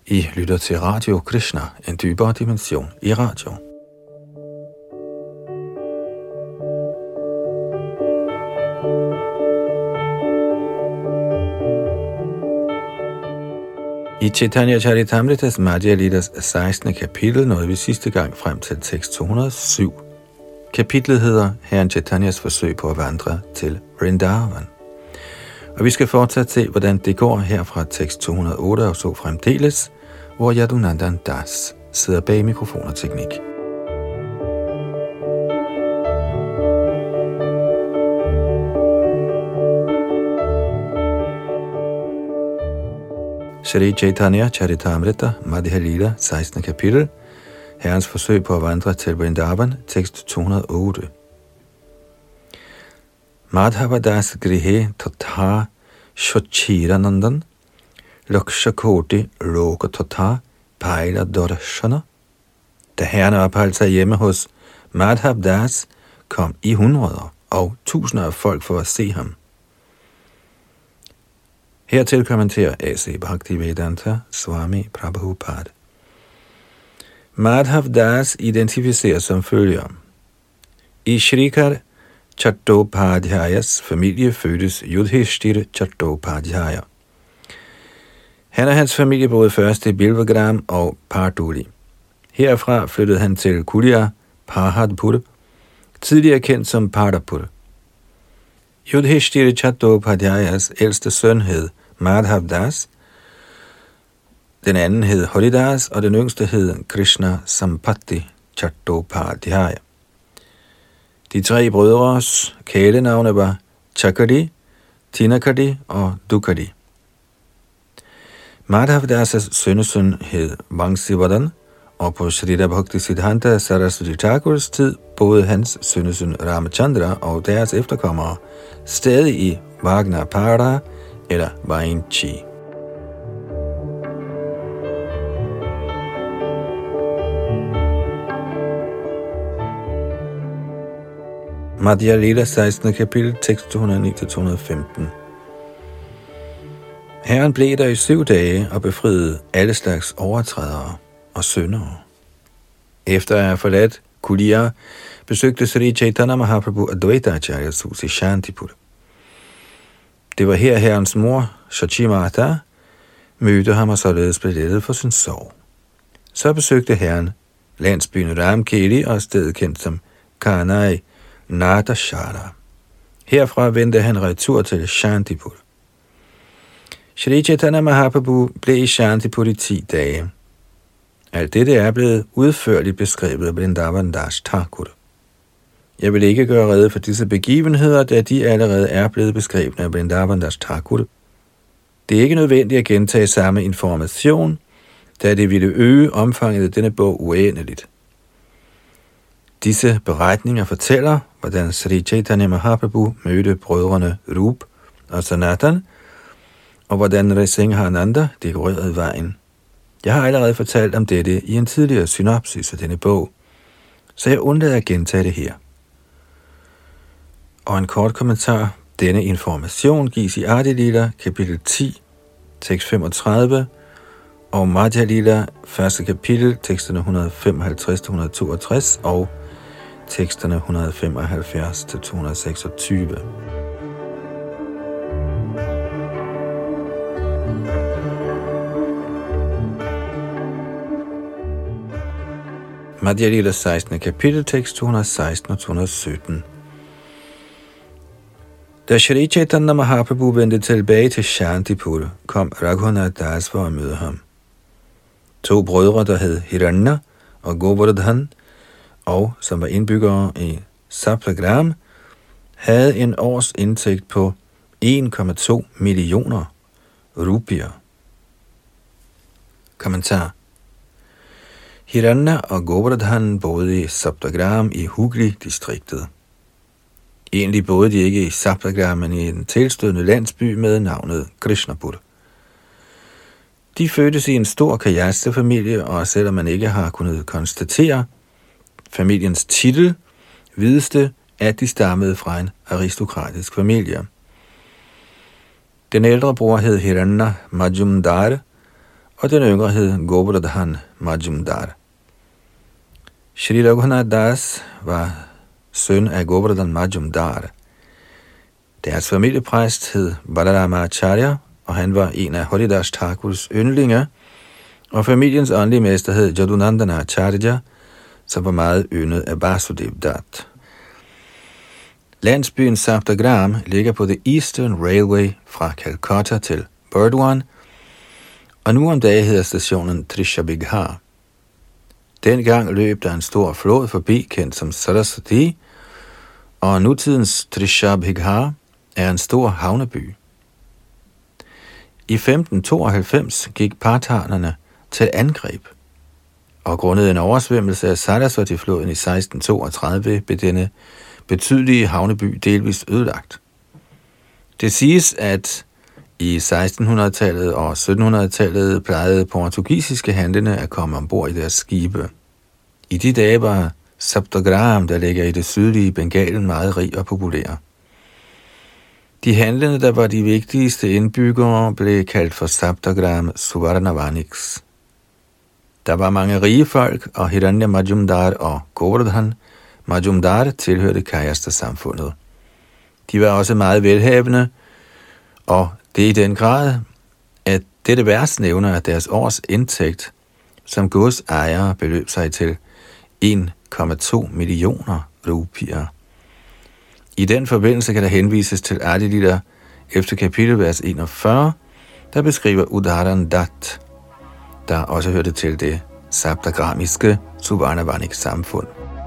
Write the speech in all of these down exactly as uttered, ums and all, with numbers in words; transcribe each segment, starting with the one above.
I lytter til Radio Krishna, en dybere dimension i radio. I Chaitanya Charitamritas Madhya Litas sekstende kapitel nåede vi sidste gang frem til tekst to hundrede og syv. Kapitlet hedder Herren Chaitanyas forsøg på at vandre til Vrindavan. Og vi skal fortsat se, hvordan det går her fra tekst to hundrede og otte og så fremdeles, hvor Yadunandan Das sidder bag mikrofon og teknik. Shri Chaitanya Charitamrita Madhya Lila sekstende kapitel, Herrens forsøg på at vandre til Vrindavan, tekst to hundrede og otte. Madhavadas grihe tatha shochiranandan lakshakoti loka tatha paila darshana. Da herren opholdt sig hjemme hos Madhavdas, kom i hundreder og tusinder af folk for at se ham. Hertil kommenterer A C Bhaktivedanta Swami Prabhupada. Madhavdas identificeres som følger. I Shrikar Chattopadhyayas familie fødtes Yudhishthira Chattopadhyaya. Han og hans familie boede først i Bilvagram og Parduli. Herfra flyttede han til Kulia Pahadpur, tidligere kendt som Pardapur. Yudhishthira Chattopadhyayas ældste søn hed Madhavdas, den anden hed Haridas, og den yngste hed Krishna Sampati Chattopadhyaya. De tre brødres kælenavne var Chakadi, Tinakadi og Dukadi. Madhavdas' sønnesøn hed Vangsivadan, og på Shrita Bhaktisiddhanta Saraswati Thakurs tid boede hans sønnesøn Ramachandra og deres efterkommere stadig i Vagnapara eller Vainchi. Madhya Lila sekstende kapitel, tekst to hundrede og ni til to hundrede og femten. Herren blev der i syv dage og befriede alle slags overtrædere og syndere. Efter at have forladt Kulia, besøgte Sri Chaitanya Mahaprabhu Advaita Acharyas hus i Shantipur. Det var her herrens mor, Shachimata, mødte ham og således blev lettet for sin sorg. Så besøgte herren landsbyen Ramkeli og stedet kendt som Kanai Nadashara. Herfra vendte han retur til Shantipur. Shri Chaitanya Mahaprabhu blev i Shantipur i ti dage. Alt dette er blevet udførligt beskrevet af Vrindavan Das Thakur. Jeg vil ikke gøre rede for disse begivenheder, da de allerede er blevet beskrevet af Vrindavan Das Thakur. Det er ikke nødvendigt at gentage samme information, da det ville øge omfanget af denne bog uendeligt. Disse beretninger fortæller, hvordan Sri Chaitanya Mahaprabhu mødte brødrene Rup og Sanatan, og hvordan Nrsimhananda dekorerede vejen. Jeg har allerede fortalt om dette i en tidligere synopsis af denne bog, så jeg undlader at gentage det her. Og en kort kommentar. Denne information gives i Adi Lila, kapitel ti, tekst femogtredive, og Madhya Lila, første kapitel, teksterne et hundrede og femoghalvtreds til et hundrede og toogtres, og teksterne et hundrede og femoghalvfjerds til to hundrede og seksogtyve. Madhya Lila sekstende kapitel, tekst to hundrede og seksten og to hundrede og sytten. Da Shri Chaitanya Mahaprabhu vendte tilbage til Shantipur, kom Raghunath Das for at møde ham. To brødre, der hed Hiranya og Govardhan, og som var indbyggere i Saplagram, havde en års indtægt på en komma to millioner rupier. Kommentar. Hiranya og Govardhan boede i Saplagram i Hugli-distriktet. Egentlig boede de ikke i Saplagram, men i en tilstødende landsby med navnet Krishnapur. De fødtes i en stor kajaste-familie, og selvom man ikke har kunnet konstatere familiens titel, vides det, at de stammede fra en aristokratisk familie. Den ældre bror hed Hiranya Majumdar, og den yngre hed Govardhan Majumdar. Shri Raghunath Das var søn af Govardhan Majumdar. Deres familiepræst hed Balaramacharya, og han var en af Haridas Thakurs yndlinge, og familiens åndelige mester hed Jadunandana Acharya, som var meget yndet af Vasudev Dutt. Landsbyen Saptagram ligger på The Eastern Railway fra Calcutta til Burdwan, og nu om dagen hedder stationen Trishabhigha. Dengang løb der en stor flod forbi, kendt som Saraswati, og nutidens Trishabhigha er en stor havneby. I femten tooghalvfems gik parthanerne til angreb, og grundet en oversvømmelse af Saraswati-floden i seksten toogtredive blev denne betydelige havneby delvist ødelagt. Det siges, at i sekstenhundredetallet og syttenhundredetallet plejede portugisiske handlende at komme ombord i deres skibe. I de dage var Saptagram, der ligger i det sydlige Bengalen, meget rig og populær. De handlende, der var de vigtigste indbyggere, blev kaldt for Saptagram Suvarnavaniks. Der var mange rige folk, og Hiranya Majumdar og Govardhan Majumdar tilhørte Kayasta-samfundet. De var også meget velhavende, og det er i den grad, at dette vers nævner, at deres års indtægt som godsejere beløb sig til en komma to millioner rupier. I den forbindelse kan der henvises til Adi Lila efter kapitelvers enogfyrre, der beskriver Udharan Dat, der også hørte til det saptagramiske Suvarnavanik samfund.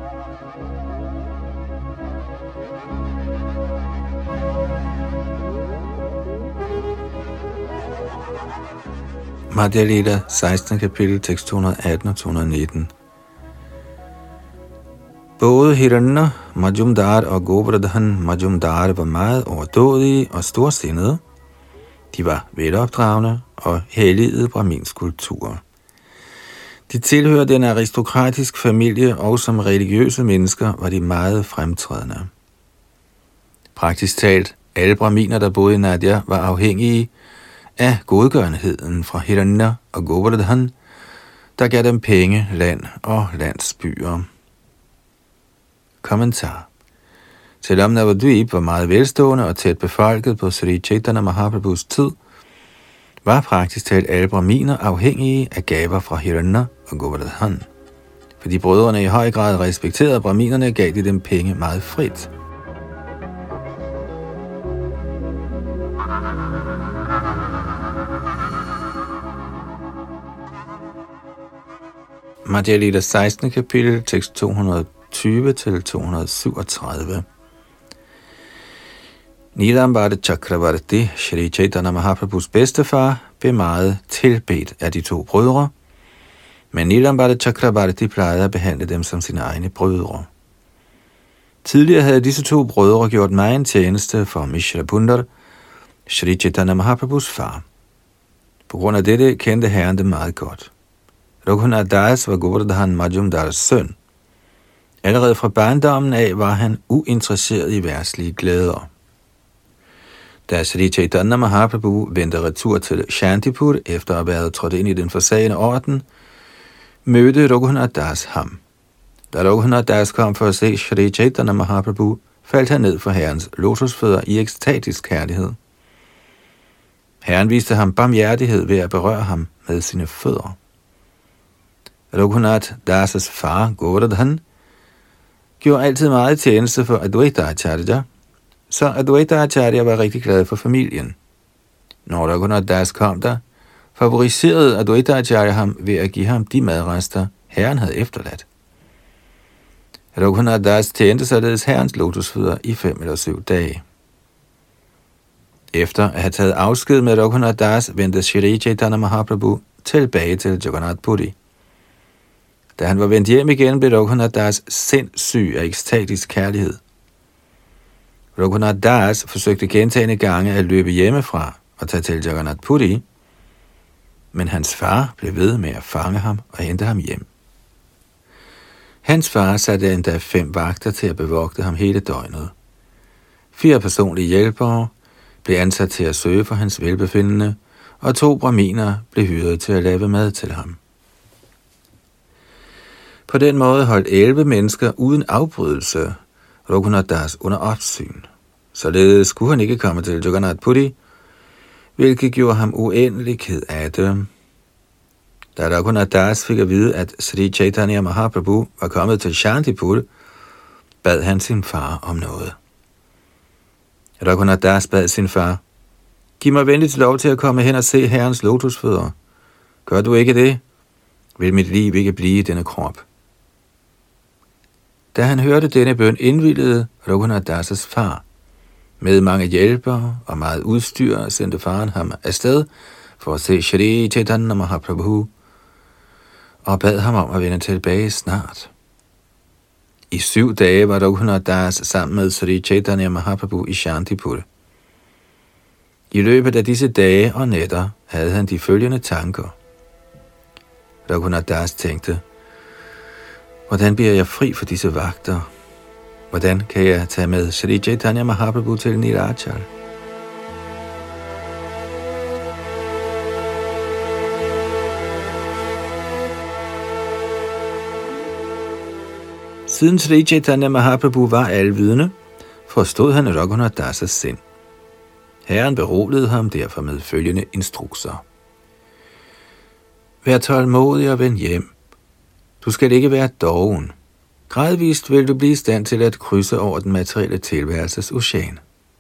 Madhya Lila, sekstende kapitel, tekst to hundrede atten og to hundrede nitten. Både Hiranya Majumdar og Govardhan Majumdar var meget overdådige og storsindede. De var velopdragende og helligede brahminsk kultur. De tilhørte en aristokratisk familie, og som religiøse mennesker var de meget fremtrædende. Praktisk talt, alle brahminer, der boede i Nadia, var afhængige af godgørenheden fra Hiranya og Govardhan, der gav dem penge, land og landsbyer. Kommentar. Selvom Navadvip var meget velstående og tæt befolket på Sri Chaitanya Mahaprabhus tid, var praktisk talt alle brahminer afhængige af gaver fra Hiranya og Govardhan. Fordi brødrene i høj grad respekterede brahminerne, gav de dem penge meget frit. Madhya Lila, sekstende kapitel, tekst to hundrede tyve til to hundrede syvogtredive. Nilambada Chakravarti, Shri Chaitanya Mahaprabhus bedstefar, blev meget tilbedt af de to brødre, men Nilambada Chakravarti plejede at behandle dem som sine egne brødre. Tidligere havde disse to brødre gjort megen tjeneste for Mishra Pundar, Shri Chaitanya Mahaprabhus far. På grund af dette kendte herren dem meget godt. Raghunath Das var Govardhan Majumdars søn. Allerede fra barndommen af var han uinteresseret i verdslige glæder. Da Sri Chaitanya Mahaprabhu vendte retur til Shantipur efter at have været trådt ind i den forsagende orden, mødte Raghunath Das ham. Da Raghunath Das kom for at se Sri Chaitanya Mahaprabhu, faldt han ned for herrens lotusfødder i ekstatisk kærlighed. Herren viste ham barmhjertighed ved at berøre ham med sine fødder. Raghunath Das' far, Govardhan, gjorde altid meget tjeneste for Advaita Acharya, så Advaita Acharya var rigtig glad for familien. Når Raghunath Das kom der, favoriserede Advaita Acharya ham ved at give ham de madrester, herren havde efterladt. Raghunath Das tjente således herrens lotusfødder i fem eller syv dage. Efter at have taget afsked med Raghunath Das, vendte Shri Chaitanya Mahaprabhu tilbage til Jagannath Puri. Da han var vendt hjem igen, blev Raghunath Das sindssyg af ekstatisk kærlighed. Raghunath Das forsøgte gentagne gange at løbe hjemmefra og tage til Jagannath Puri, men hans far blev ved med at fange ham og hente ham hjem. Hans far satte endda fem vagter til at bevogte ham hele døgnet. Fire personlige hjælpere blev ansat til at søge for hans velbefindende, og to brahminer blev hyret til at lave mad til ham. På den måde holdt elleve mennesker uden afbrydelse Raghunath Das under opsyn. Således skulle han ikke komme til Jagannath Puri, hvilket gjorde ham uendelig ked af det. Da Raghunath Das fik at vide, at Sri Chaitanya Mahaprabhu var kommet til Shantipur, bad han sin far om noget. Raghunath Das bad sin far: "Giv mig venligst lov til at komme hen og se herrens lotusfødder. Gør du ikke det, vil mit liv ikke blive i denne krop." Da han hørte denne bøn, indvilligede Raghunath Das' far. Med mange hjælpere og meget udstyr sendte faren ham afsted for at se Shri Chaitanya Mahaprabhu og bad ham om at vende tilbage snart. I syv dage var Raghunath Das sammen med Sri Chaitanya Mahaprabhu i Shantipur. I løbet af disse dage og nætter havde han de følgende tanker. Raghunath Das tænkte: hvordan bliver jeg fri for disse vagter? Hvordan kan jeg tage med Sri Chaitanya Mahaprabhu til Nilachal? Siden Sri Chaitanya Mahaprabhu var alvidende, forstod han Raghunath Das' sind. Herren beroligede ham derfor med følgende instrukser: vær tålmodig og vend hjem. Du skal ikke være doven. Gradvist vil du blive i stand til at krydse over den materielle tilværelses ocean.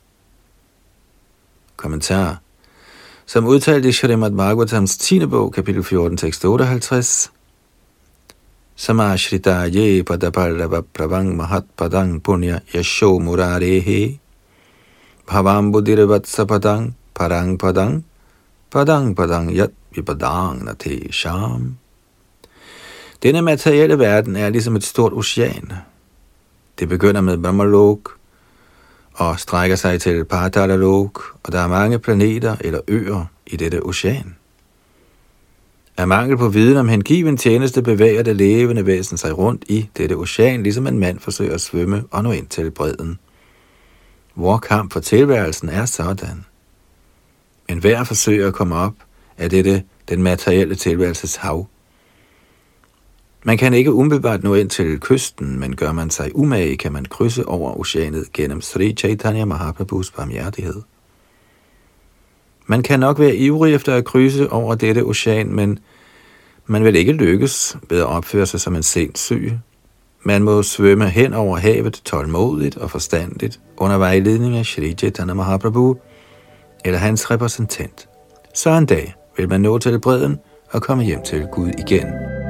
Kommentar. Som udtalt i Srimad Bhagavatams tiende bog, kapitel fjorten, tekst otteoghalvtreds. Samashrita ye padapallava pravang mahat padang punya yasho murarehe bhavam buddhirvatsa padang parang padang padang padang yat vipadang nate sham. Denne materielle verden er ligesom et stort ocean. Det begynder med Brahmalok og strækker sig til Patalalok, og der er mange planeter eller øer i dette ocean. Af mangel på viden om hengiven tjeneste bevæger det levende væsen sig rundt i dette ocean, ligesom en mand forsøger at svømme og nå ind til bredden. Vor kamp for tilværelsen er sådan. Men hver forsøger at komme op af dette den materielle tilværelses hav. Man kan ikke umiddelbart nå ind til kysten, men gør man sig umage, kan man krydse over oceanet gennem Sri Chaitanya Mahaprabhus barmhjertighed. Man kan nok være ivrig efter at krydse over dette ocean, men man vil ikke lykkes ved at opføre sig som en sindssyg. Man må svømme hen over havet tålmodigt og forstandigt under vejledning af Sri Chaitanya Mahaprabhu eller hans repræsentant. Så en dag vil man nå til bredden og komme hjem til Gud igen.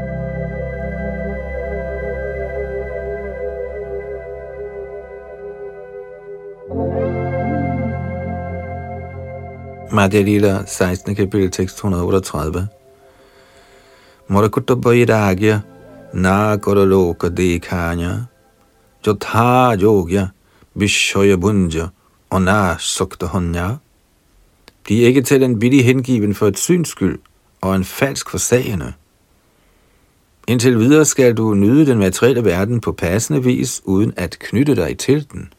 Madhya Lila, sekstende kapitel, tekst et hundrede og otteogtredive. Morakutta Vairagya Nagaraloka Dekhanya Jotha Yogya Vishaya Bunja Ona Suktahanya. Bliv ikke til en billig hengiven for et syns skyld og en falsk forsagende. Indtil videre skal du nyde den materielle verden på passende vis, uden at knytte dig til den.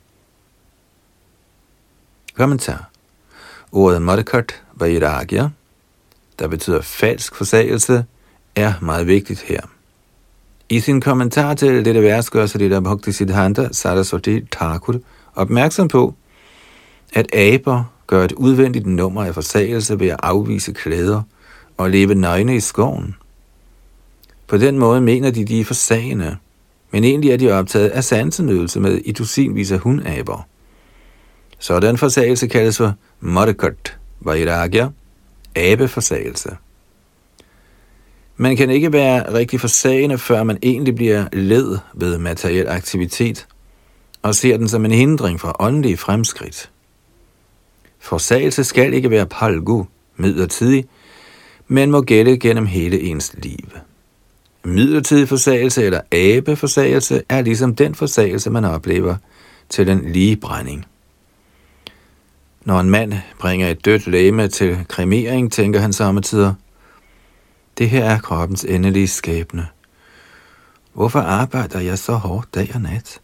Kommentar. Ordet Madhyakat Vairagya, der betyder falsk forsagelse, er meget vigtigt her. I sin kommentar til dette vers gør Srila Bhaktisiddhanta Saraswati Thakur opmærksom på, at aber gør et udvendigt nummer af forsagelse ved at afvise klæder og leve nøgne i skoven. På den måde mener de, de er forsagende, men egentlig er de optaget af sansenydelse med i dusinvis af hundaber. Sådan forsagelse kaldes for Madhyakat Vairagya, abeforsagelse. Man kan ikke være rigtig forsagende, før man egentlig bliver led ved materiel aktivitet, og ser den som en hindring for åndelige fremskridt. Forsagelse skal ikke være palgu, midlertidig, men må gælde gennem hele ens liv. Midlertidig forsagelse eller abeforsagelse er ligesom den forsagelse, man oplever til den ligebrænding. Når en mand bringer et dødt legeme til kremering, tænker han samtidig: det her er kroppens endelige skæbne. Hvorfor arbejder jeg så hårdt dag og nat?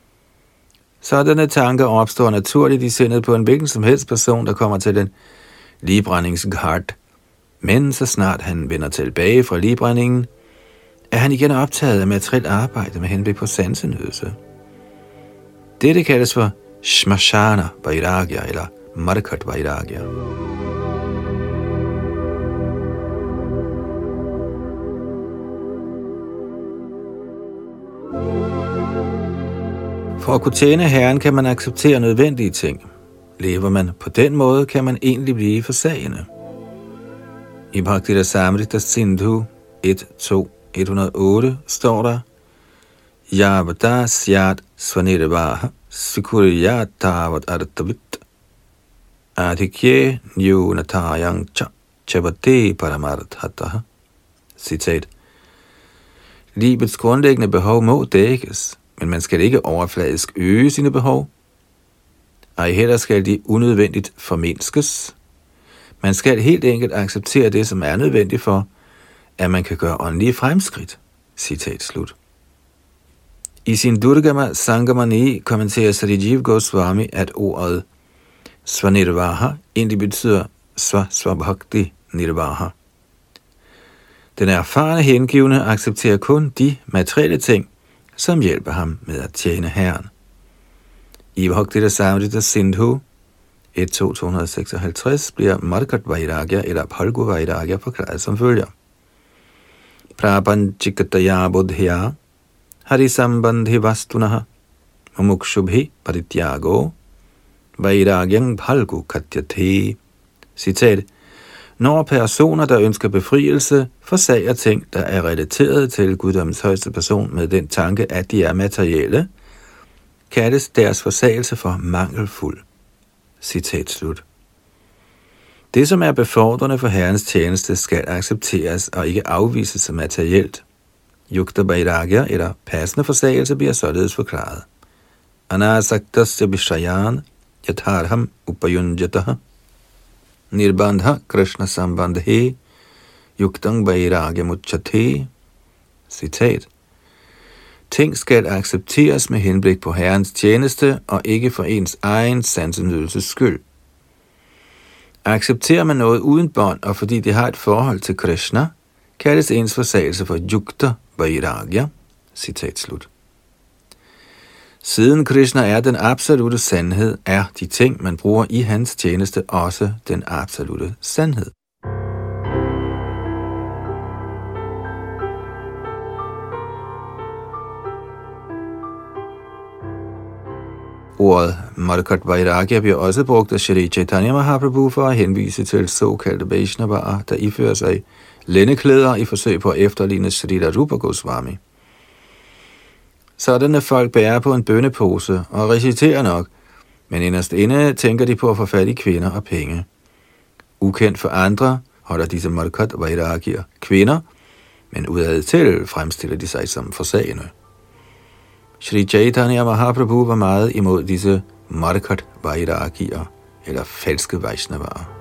Sådanne tanker opstår naturligt i sindet på en hvilken som helst person, der kommer til den ligebrændingsghat, men så snart han vender tilbage fra ligebrændingen, er han igen optaget af materielt arbejde med henblik på sansenydelse. Dette kaldes for Shmashana Vairagya eller Markat Vairagya. For at kunne tjene Herren kan man acceptere nødvendige ting. Lever man på den måde, kan man egentlig blive forsagende. I Bhakti Rasamrita Sindhu et to et hundrede og otte står der: Yavata syat svanirvaha sikuriyat tavat artavit adhikye nyunatayang cha chavate paramarthataha. Citat: Livets grundlæggende behov må dækkes, men man skal ikke overfladisk øge sine behov. Ej heller skal de unødvendigt formindskes. Man skal helt enkelt acceptere det, som er nødvendigt for, at man kan gøre åndelige fremskridt. Citat slut. I sin Durgama Sangamani kommenterer Sarijiv Goswami, at ordet Svanirvaha egentlig betyder Sva Svabhakti Nirvaha. Den erfarne hengivne accepterer kun de materielle ting, som hjælper ham med at tjene Herren. I Bhakti Rasamrita Sindhu et to to hundrede og seksoghalvtreds bliver Markat Vairagya eller Phalgu Vairagya forklaret som følger: Prapanchikataya buddhya harisambandhi vastunaha mumukshubhi parityago vairagyang Phalgu katyate. Citat: Når personer, der ønsker befrielse, forsager ting, der er relateret til guddommens højeste person med den tanke, at de er materielle, kaldes deres forsagelse for mangelfuld. Citat slut. Det, som er befordrende for Herrens tjeneste, skal accepteres og ikke afvises som materielt. Yukta Vairagya eller passende forsagelse bliver således forklaret: Anasaktasya vishayan yatharham upayunjataha nirbandha krishna sambandhe yuktang vairagya muchate. Citat: Ting skal accepteres med henblik på Herrens tjeneste og ikke for ens egen sansenydelses skyld. Accepterer man noget uden bånd, og fordi det har et forhold til Krishna, kaldes ens forsagelse for Yukta Vairagya. Citat slut. Siden Krishna er den absolute sandhed, er de ting, man bruger i hans tjeneste, også den absolute sandhed. Ordet Markat Vairagya bliver også brugt af Shri Chaitanya Mahaprabhu for at henvise til såkaldte Vaishnavaer, der ifører sig lændeklæder i forsøg på at efterligne Srila Rupa Goswami. Sådanne folk bærer på en bønnepose og reciterer nok, men inderst inde tænker de på at få fat i kvinder og penge. Ukendt for andre holder disse Markat Vairagya kvinder, men udad til fremstiller de sig som forsagende. Shri Chaitanya Mahaprabhu var meget imod disse Markat Vairagyer, eller falske Vaishnavaer.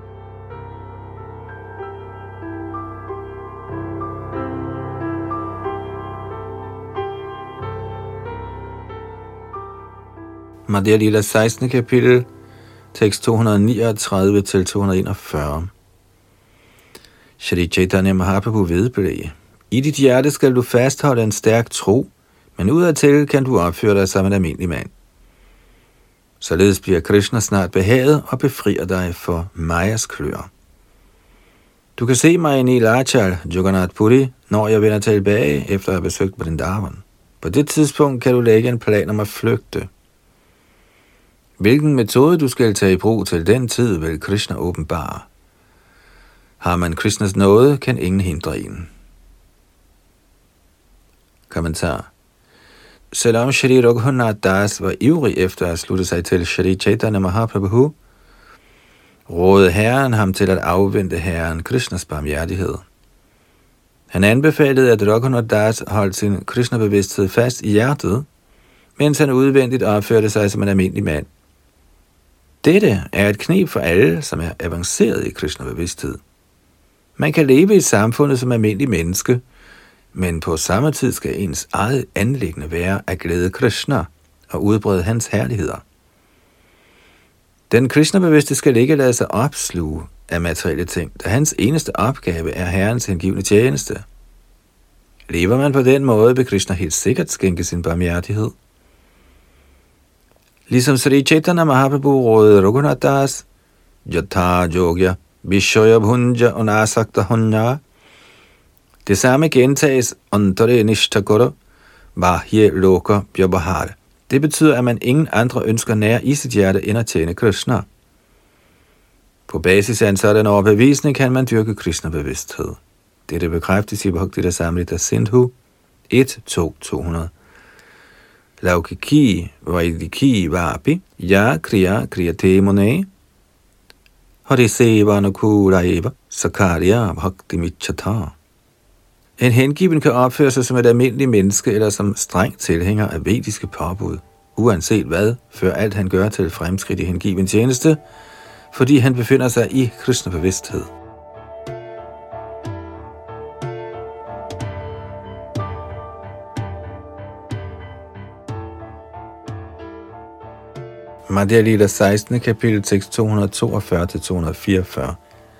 Madhya Lila sekstende kapitel, tekst to hundrede niogtredive til to hundrede enogfyrre. Shri Chaitanya Mahaprabhu vedblev: I dit hjerte skal du fastholde en stærk tro, men udadtil kan du opføre dig som en almindelig mand. Således bliver Krishna snart behaget og befrier dig for Mayas klør. Du kan se mig i Nilachal, Jagannath Puri, når jeg vender tilbage efter at have besøgt Vrindavan. På det tidspunkt kan du lægge en plan om at flygte. Hvilken metode du skal tage i brug til den tid, vil Krishna åbenbare. Har man Krishnas nåde, kan ingen hindre en. Kommentar. Selvom Shri Raghunath Das var ivrig efter at slutte sig til Shri Chaitanya Mahaprabhu, rådede Herren ham til at afvente Herren Krishnas barmhjertighed. Han anbefalede, at Raghunath Das holdt sin Krishna-bevidsthed fast i hjertet, mens han udvendigt opførte sig som en almindelig mand. Dette er et kneb for alle, som er avanceret i Krishna-bevidsthed. Man kan leve i samfundet som almindelig menneske, men på samme tid skal ens eget anliggende være at glæde Krishna og udbrede hans herligheder. Den Krishna-bevidste skal ikke lade sig opsluge af materielle ting, da hans eneste opgave er Herrens hengivne tjeneste. Lever man på den måde, vil Krishna helt sikkert skænke sin barmhjertighed. Ligesom Sri Chaitanya Mahaprabhu rådede Raghunath Das, Yatha Yogya Vishaya Bhunja Unasakta Hunya. Det samme gentages Antare Nishtakura Bahye Loka Vyabhara. Det betyder, at man ingen andre ønsker nær i sit hjerte end at tjene Krishna. På basis af en sådan overbevisning kan man dyrke Krishna-bevidsthed. Dette bekræftes i Bhakti Rasamrita Sindhu et to to hundrede. Laukiki Vaidiki Vapi Ya Kriya Kriyate Mune Hariseva Nukura Eva Sakarya Bhakti Michata. En hengiven kan opføre sig som et almindeligt menneske eller som streng tilhænger af vediske påbud, uanset hvad, før alt han gør til fremskridt i hengiven tjeneste, fordi han befinder sig i Krishna-bevidsthed. Madhya Lila sekstende kapitel, tekst to hundrede toogfyrre til to hundrede fireogfyrre.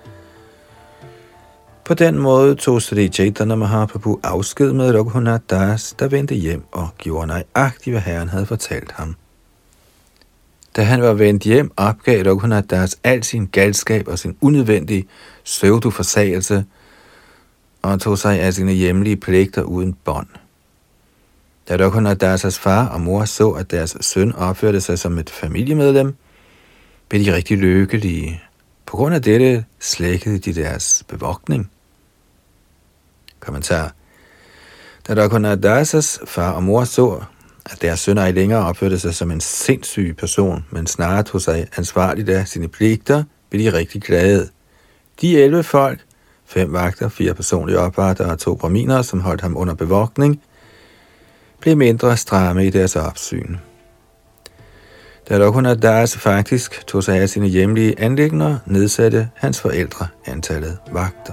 På den måde tog Sri Chaitanya Mahaprabhu afsked med Raghunath Das, der vendte hjem og gjorde nøjagtigt, hvad Herren havde fortalt ham. Da han var vendt hjem, opgav Raghunath Das al sin galskab og sin unødvendige pseudoforsagelse og tog sig af sine hjemlige pligter uden bånd. Da Raghunath Das' far og mor så, at deres søn opførte sig som et familiemedlem, blev de rigtig lykkelige. På grund af dette slækkede de deres bevogtning. Kommentar. Da Raghunath Das' far og mor så, at deres søn ej længere opførte sig som en sindssyg person, men snarere tog sig ansvarligt af sine pligter, blev de rigtig glade. De elleve folk, fem vagter, fire personlige opvartere og to braminer, som holdt ham under bevogtning, blev mindre stramme i deres opsyn. Da Raghunath Das faktisk tog sig af sine hjemlige anliggender, nedsatte hans forældre antallet vagter.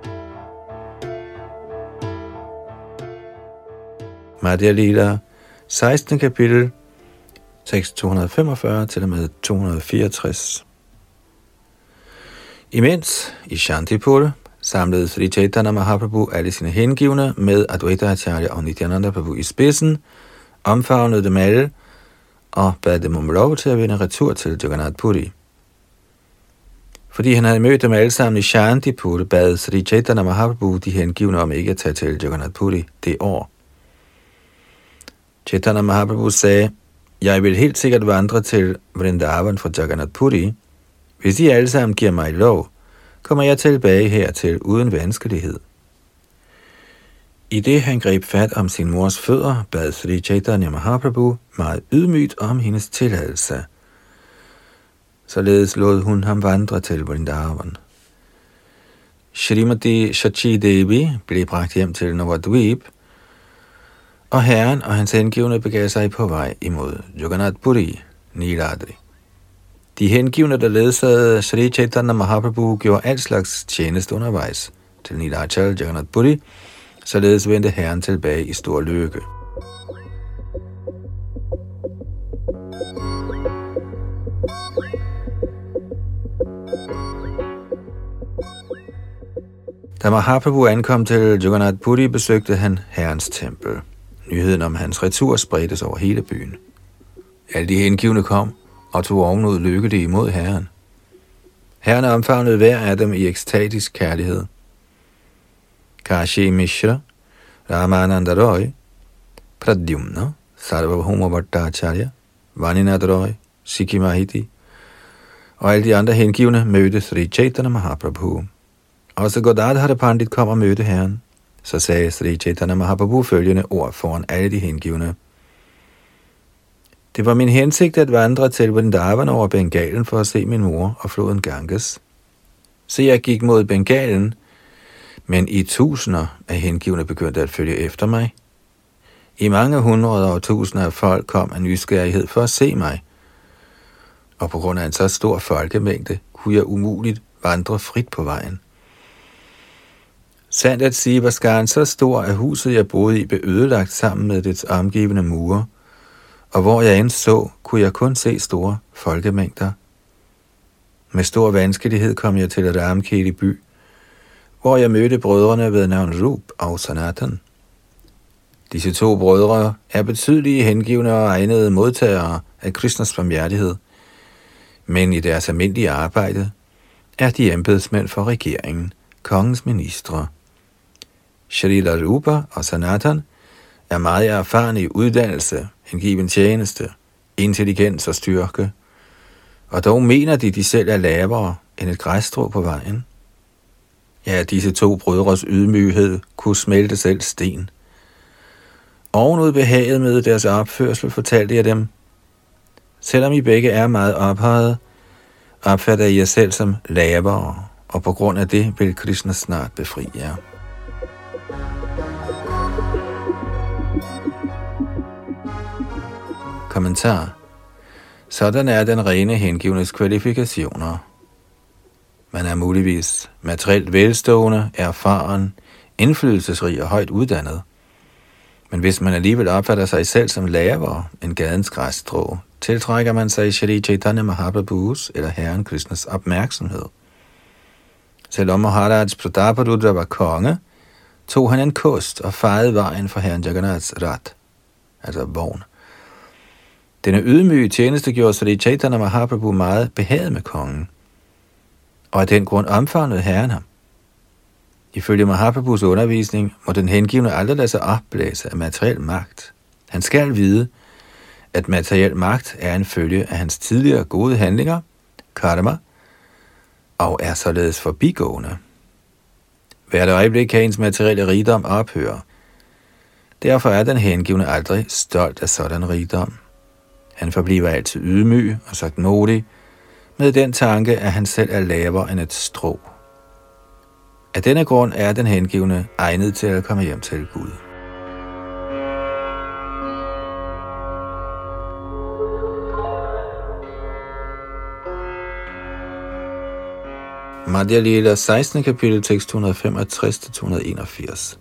Madhya Lila, sekstende kapitel, tekst to hundrede femogfyrre til og med to hundrede fireogtres. Imens i Shantipur samlede Sri Chaitanya Mahaprabhu alle sine hengivne med Advaita Acharya og Nityananda Prabhu i spidsen, omfavnede dem alle og bad dem om lov til at vende retur til Jagannath Puri. Fordi han havde mødt dem alle sammen i Shantipur, bad Sri Chaitanya Mahaprabhu de hengivne om ikke at tage til Jagannath Puri det år. Chaitanya Mahaprabhu sagde, jeg vil helt sikkert vandre til Vrindavan fra Jagannath Puri. Hvis I alle sammen giver mig lov, kommer jeg tilbage hertil uden vanskelighed. I det han greb fat om sin mors fødder, bad Sri Chaitanya Mahaprabhu meget ydmygt om hendes tilladelse. Således lod hun ham vandre til Vrindavan. Shrimati Shachi Devi blev bragt hjem til Navadvip, og herren og hans hengivne begav sig på vej imod Jagannath Puri, Niladri. De hengivne, der ledsagede Sri Chaitanya Mahaprabhu, gjorde al slags tjeneste undervejs til Nilachal Jagannath Puri, således vendte herren tilbage i stor lykke. Da Mahaprabhu ankom til Jagannath Puri, besøgte han herrens tempel. Nyheden om hans retur spredtes over hele byen. Alle de hengivne kom og tog ovenud lykkelige imod herren. Herren omfavnede hver af dem i ekstatisk kærlighed. Kashi Mishra, Ramananda Roy, Pradyumna, Sarvabhauma Bhattacharya, Vaninath Roy, Sikhi Mahiti og alle de andre hengivne mødte Sri Chaitanya Mahaprabhu. Også Godadhara Pandit kom og mødte herren. Så sagde Sri Chaitanya Mahaprabhu følgende ord foran alle de hengivne. Det var min hensigt at vandre til Vrindavan over Bengalen for at se min mor og floden Ganges. Så jeg gik mod Bengalen, men i tusinder af hengivne begyndte at følge efter mig. I mange hundrede og tusinder af folk kom af nysgerrighed for at se mig, og på grund af en så stor folkemængde kunne jeg umuligt vandre frit på vejen. Sandt at sige var skaren så stor, at huset jeg boede i blev ødelagt sammen med dets omgivende mure, og hvor jeg end så, kunne jeg kun se store folkemængder. Med stor vanskelighed kom jeg til Ramkeli by, hvor jeg mødte brødrene ved navn Rup og Sanatan. Disse to brødre er betydelige hengivne og egnede modtagere af Krishnas barmhjertighed, men i deres almindelige arbejde er de embedsmænd for regeringen, kongens ministre. Shrila Rupa og Sanatan er meget erfarne i uddannelse, hengiven tjeneste, intelligens og styrke, og dog mener de, de selv er lavere end et græsstrå på vejen. Ja, disse to brødres ydmyghed kunne smelte selv sten. Ovenud behaget med deres opførsel fortalte jeg dem: selvom I begge er meget ophøjet, opfatter I jer selv som lavere, og på grund af det vil Krishna snart befri jer. Kommentar. Sådan er den rene hengivnes kvalifikationer. Man er muligvis materielt velstående, erfaren, indflydelsesrig og højt uddannet. Men hvis man alligevel opfatter sig selv som lavere end gadens græsstrå, tiltrækker man sig Shri Chaitanya Mahaprabhus eller Herren Krishnas opmærksomhed. Selvom Maharaj Prataparudra var konge, tog han en kost og fejede vejen for Herren Jagannaths rat, altså vogn. Denne ydmyge tjeneste gjorde Shri Chaitanya Mahaprabhu meget behaget med kongen, og af den grund omfavnede Herren ham. Ifølge Mahaprabhus undervisning må den hengivne aldrig lade sig opblæse af materiel magt. Han skal vide, at materiel magt er en følge af hans tidligere gode handlinger, karma, og er således forbigående. Hvert øjeblik kan ens materielle rigdom ophøre. Derfor er den hengivne aldrig stolt af sådan rigdom. Han forbliver altid ydmyg og sagtmodig, med den tanke, at han selv er lavere end et strå. Af denne grund er den hengivne egnet til at komme hjem til Gud. Madhya Lila, sekstende kapitel, tekst to hundrede femogtres til to hundrede enogfirs.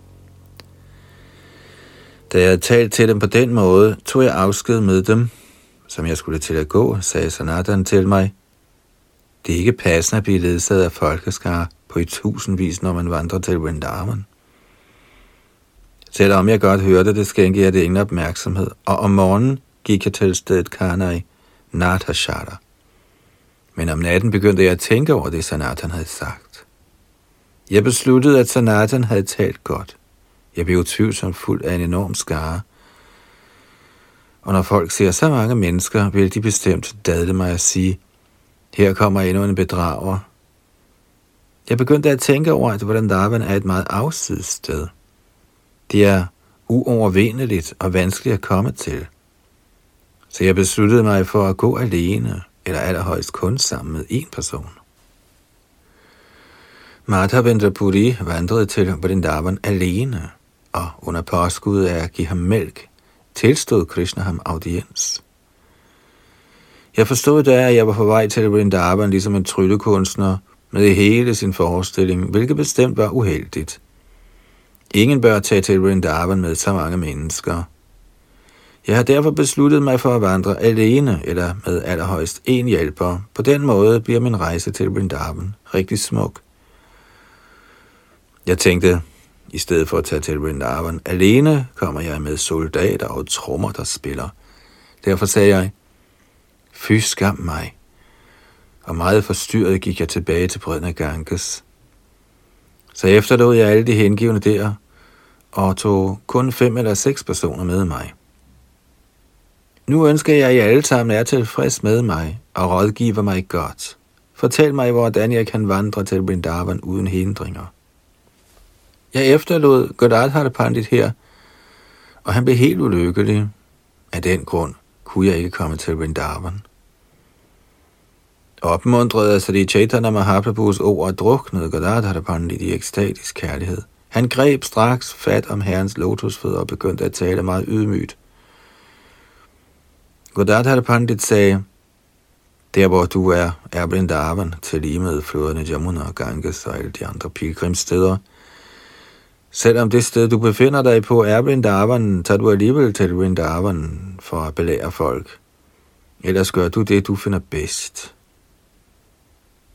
Da jeg havde talt til dem på den måde, tog jeg afsked med dem, som jeg skulle til at gå, sagde Sanatan til mig. Det er ikke passende at blive ledsaget af folkeskare på i tusindvis, når man vandrer til Vrindavan. Selvom jeg godt hørte det, skænkede jeg det ingen opmærksomhed, og om morgenen gik jeg til stedet Kanai Nathashara. Men om natten begyndte jeg at tænke over det, Sanatan havde sagt. Jeg besluttede, at Sanatan havde talt godt. Jeg blev utvivlsomt fuld af en enorm skare. Og når folk ser så mange mennesker, vil de bestemt dadle mig at sige, her kommer endnu en bedrager. Jeg begyndte at tænke over, at Vrindavan er et meget afsides sted. Det er uovervindeligt og vanskeligt at komme til. Så jeg besluttede mig for at gå alene, eller allerhøjst kun sammen med en person. Madhavendra Puri vandrede til Vrindavan alene, og under påskud af at give ham mælk, tilstod Krishna ham audiens. Jeg forstod da, at jeg var på vej til Vrindavan ligesom en tryllekunstner med hele sin forestilling, hvilket bestemt var uheldigt. Ingen bør tage til Vrindavan med så mange mennesker. Jeg har derfor besluttet mig for at vandre alene eller med allerhøjst en hjælper. På den måde bliver min rejse til Vrindavan rigtig smuk. Jeg tænkte, i stedet for at tage til Vrindavan alene, kommer jeg med soldater og trommer, der spiller. Derfor sagde jeg, fy skam mig. Og meget forstyrret gik jeg tilbage til bredden af Ganges. Så efterlod jeg alle de hengivne der, og tog kun fem eller seks personer med mig. Nu ønsker jeg, at I alle sammen er tilfreds med mig og rådgiver mig godt. Fortæl mig, hvordan jeg kan vandre til Vrindavan uden hindringer. Jeg efterlod Godadhara Pandit her, og han blev helt ulykkelig. Af den grund kunne jeg ikke komme til Vrindavan. Opmuntret af Shri Chaitanya Mahaprabhus ord druknede Godadhara Pandit i ekstatisk kærlighed. Han greb straks fat om herrens lotusfødder og begyndte at tale meget ydmygt. Godadhara Pandit sagde, der hvor du er, er Vrindavan til lige med floderne Jamuna og Ganges og alle de andre pilgrimssteder. Selvom det sted, du befinder dig på, er Vrindavan, tager du alligevel til Vrindavan for at belære folk. Ellers gør du det, du finder bedst.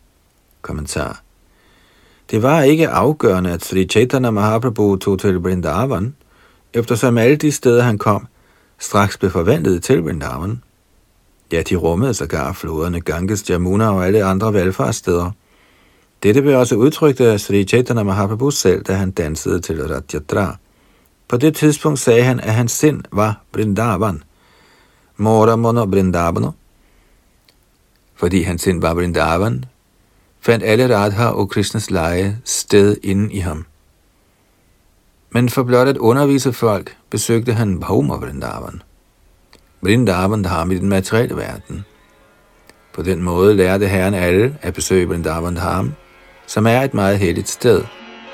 Kommentar. Det var ikke afgørende, at Sri Chaitanya Mahaprabhu tog til Vrindavan, eftersom alle de steder, han kom, straks blev forvandlet til Vrindavan. Ja, de rummede sågar floderne Ganges, Jamuna og alle andre valfartssteder. Dette blev også udtrykt af Sri Chaitanya Mahaprabhu selv, da han dansede til Rath-yatra. På det tidspunkt sagde han, at hans sind var Vrindavan. Mora mona Vrindavana. Fordi hans sind var Vrindavan, fandt alle Radha og Krishnas lege sted inde i ham. Men for blot at undervise folk, besøgte han Bhauma Vrindavan. Vrindavan Dham i den materielle verden. På den måde lærte Herren alle at besøge Vrindavan Dham, som er et meget helligt sted.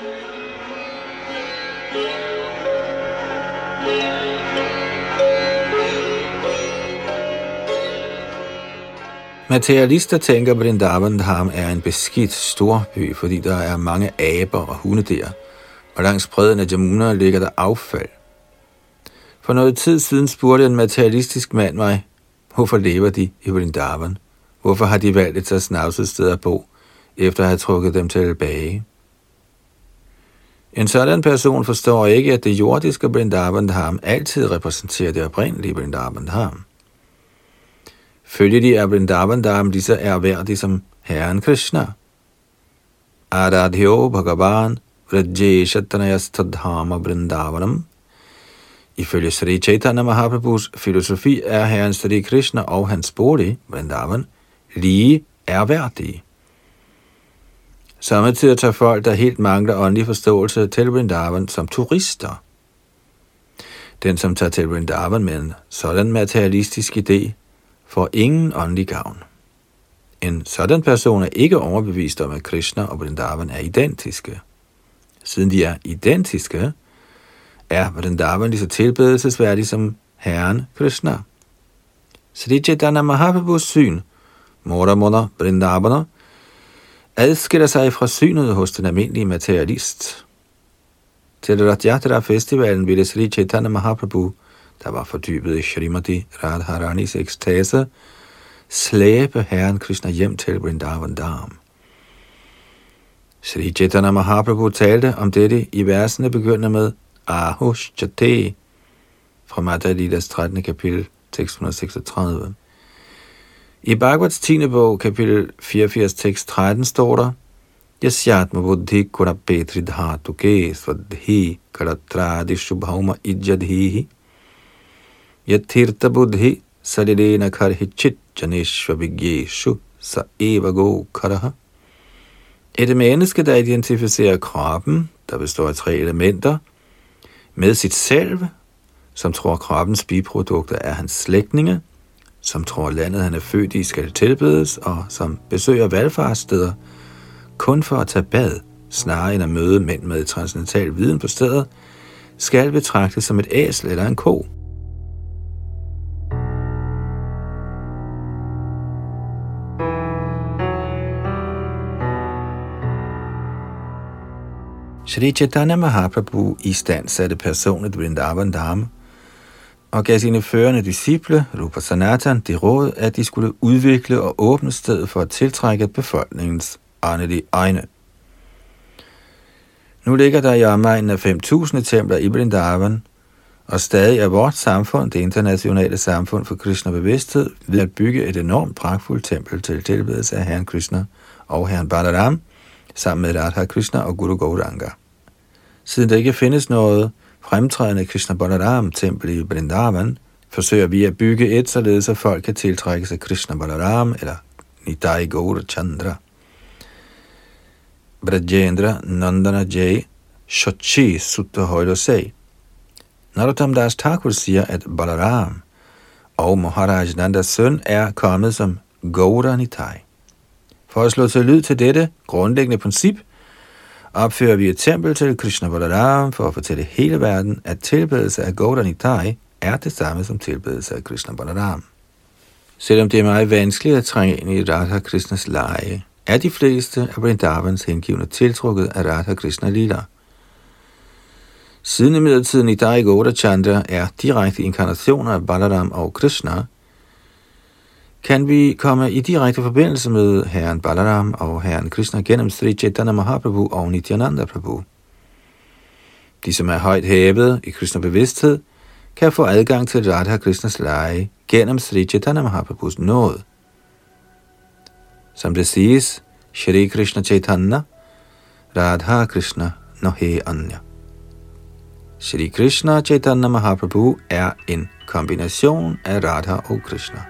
Materialister tænker, at Vrindavan Dham er en beskidt storby, fordi der er mange aber og hundedyr, og langs bredden af Jamuna ligger der affald. For noget tid siden spurgte en materialistisk mand mig, hvorfor lever de i Vrindavan? Hvorfor har de valgt et så snavset sted at bo, efter at have trukket dem tilbage? En sådan person forstår ikke, at det jordiske Vrindavan Dham altid repræsenterer det oprindelige Vrindavan Dham. Følgelig er Vrindavan Dham lige så ærværdig som Herren Krishna. Aradhyo Bhagavan Vrajeshatanayastadhama Vrindavanam. Ifølge Sri Chaitanya Mahaprabhus filosofi er Herren Sri Krishna og hans bolig, Vrindavan, lige ærværdige. Samtidig tager folk, der helt mangler åndelig forståelse, til Vrindavan som turister. Den, som tager til Vrindavan med en sådan materialistisk idé, får ingen åndelig gavn. En sådan person er ikke overbevist om, at Krishna og Vrindavan er identiske. Siden de er identiske, er Vrindavan lige så tilbedelsesværdig som Herren Krishna. Sri Chaitanya Mahaprabhus syn, Mora Mona Vrindavana, adskiller sig fra synet hos den almindelige materialist. Til Rath-yatra-festivalen ville Sri Chaitanya Mahaprabhu, der var fordybet i Shrimati Radharanis ekstase, slæbe Herren Krishna hjem til Vrindavan Dham. Sri Chaitanya Mahaprabhu talte om dette i versene begyndende med Ahushchate fra Madhya Lilas trettende kapitel, tekst et hundrede seksogtredive. I Bhagavats tiende bog, kapitel fireogfirs, tekst tretten, står der: Yasyatma buddhi kurapetri dhatuke svadhi karatradi shubhauma ijjadhihi yathirta buddhi salilena karhichit janeshva vigyeshu sa evago karaha. Et menneske, der identificerer kroppen, der består af tre elementer, med sit selv, som tror kroppens biprodukter er hans slægtninge, som tror landet han er født i skal tilbedes, og som besøger valfartssteder kun for at tage bad, snarere end at møde mænd med transcendental viden på stedet, skal betragtes som et æsel eller en ko. Sri Chaitanya Mahaprabhu istandsatte personligt Vrindavan Dham og gav sine førende disciple, Rupa Sanatan, det råd, at de skulle udvikle og åbne stedet for at tiltrække befolkningens åndelige øjne. Nu ligger der i omegnen af fem tusind templer i Vrindavan, og stadig er vort samfund, det internationale samfund for Krishna bevidsthed, ved at bygge et enormt pragtfuldt tempel til tilbedelse af Herren Krishna og Herren Balaram, sammen med Radha Krishna og Guru Gauranga. Siden der ikke findes noget fremtrædende Krishna Balaram tempel i Vrindavan, forsøger vi at bygge et, således at folk kan tiltrække sig Krishna Balaram eller Nitai Gaura Chandra. Brajendra Nandana Jay Shochi Sutta Hoilosei. Narottam Das Thakur siger, at Balaram og Maharaj Nandas søn er kommet som Gaura Nitai. For at slå til lyd til dette grundlæggende princip, opfører vi et tempel til Krishna Balaram for at fortælle hele verden, at tilbedelse af Gaura Nitai er det samme som tilbedelse af Krishna Balaram. Selvom det er meget vanskeligt at trænge ind i Radha Krishnas lege, er de fleste af Vrindavans hengivne tiltrukket af Radha Krishna Lila. Siden i midlertiden Nitai Gaura Chandra er direkte inkarnationer af Balaram og Krishna, kan vi komme i direkte forbindelse med herren Balaram og herren Krishna gennem Sri Chaitanya Mahaprabhu og Nityananda Prabhu. De, som er højt hævet i Krishna bevidsthed, kan få adgang til Radha Krishnas lege gennem Sri Chaitanya Mahaprabhus nåde. Som det siges, Shri Krishna Chaitanya, Radha Krishna Nohe Anya. Shri Krishna Chaitanya Mahaprabhu er en kombination af Radha og Krishna.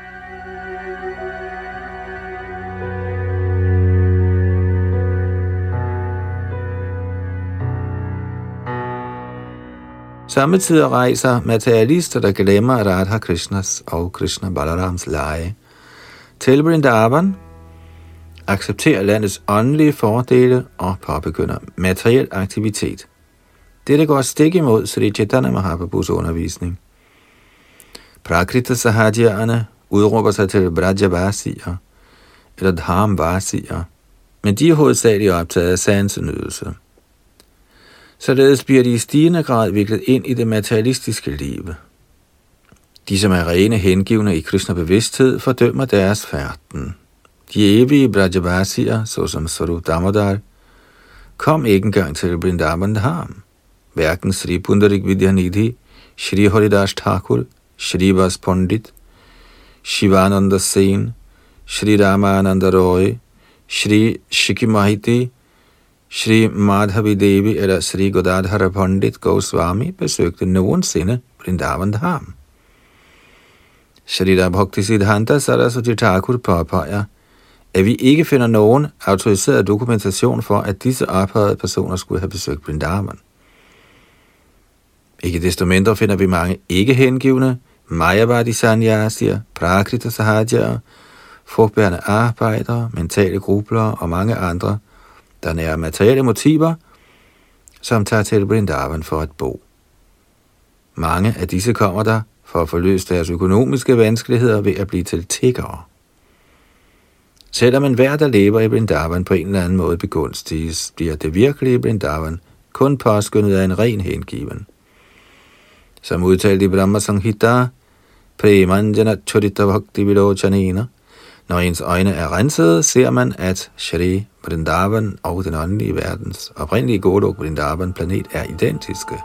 Samtidig rejser materialister, der glemmer Radha Krishnas og Krishna Balarams lege, til Vrindavan, accepterer landets åndelige fordele og påbegynder materiel aktivitet. Dette går stik imod Sri Chaitanya Mahaprabhus undervisning. Prakrita Sahajyane udråber sig til Brajavasier eller Dharmvasier, men de er hovedsageligt optaget af sansenydelse. Således bliver de i stigende grad viklet ind i det materialistiske liv. De, som er rene hengivne i Krishna bevidsthed, fordømmer deres færden. De evige Brajavasier, såsom Sarup Damodar, kom ikke engang til Vrindavan Dham. Hverken Sri Pundarik Vidyanidhi, Shri Haridas Thakur, Shri Vas Pandit, Shivananda Sen, Shri Ramananda Roy, Shri Shikimahiti, Shri Madhavi Devi eller Shri Godadhara Pandit Goswami besøgte nogensinde Vrindavan Dham. Shri Bhaktisiddhanta Saraswati Thakur påpeger, at vi ikke finder nogen autoriseret dokumentation for, at disse ophøjede personer skulle have besøgt Vrindavan. Ikke desto mindre finder vi mange ikke-hengivne, Mayavadi Sanyasier, Prakrita Sahajere, frugtbærende arbejdere, mentale grublere og mange andre, der nærer materielle motiver, som tager til Vrindavan for at bo. Mange af disse kommer der for at få løst deres økonomiske vanskeligheder ved at blive til tiggere. Selvom enhver, der lever i Vrindavan på en eller anden måde begunstiges, bliver det virkelige Vrindavan kun påskyndet af en ren hengiven. Som udtalt i Brahma Samhita, Premanjana Chorita Bhakti Vilochanena, når ens øjne er rensede, ser man, at Shri Vrindavan og den åndelige verdens oprindelige Golok Vrindavan planet er identiske.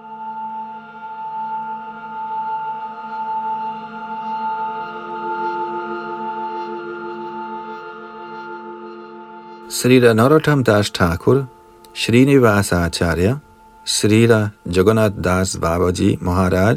Srila Narottam Das Thakur, Srinivasa Acharya, Srila Jagannath Das Babaji Maharaj,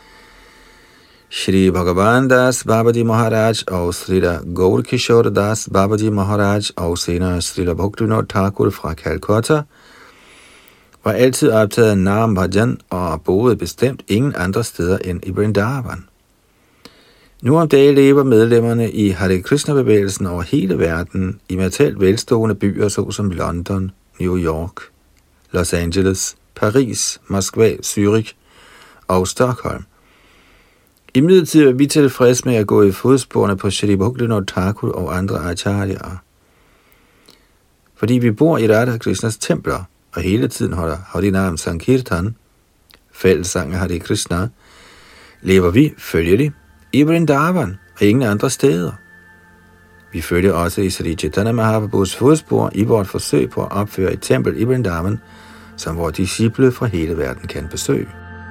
Shri Bhagavan Das Babaji Maharaj og Srila Gaur Kishore Das Babaji Maharaj og senere Srila Bhaktivinoda Thakur fra Calcutta var altid optaget af Nam Bhajan og boede bestemt ingen andre steder end i Vrindavan. Nu om dagen lever medlemmerne i Hare Krishna-bevægelsen over hele verden i materielt velstående byer såsom London, New York, Los Angeles, Paris, Moskva, Zürich og Stockholm. Imidlertid er vi tilfreds med at gå i fodsporene på Shri Bhaktivinoda Thakur og andre acharyaer. Fordi vi bor i Radha Krishnas templer og hele tiden holder Harinam Sankirtan, fællessangen Hare Krishna, lever vi følgelig i Vrindavan og ingen andre steder. Vi følger også i Sri Chaitanya Mahaprabhus fodspor i vort forsøg på at opføre et tempel i Vrindavan, som vores disciple fra hele verden kan besøge.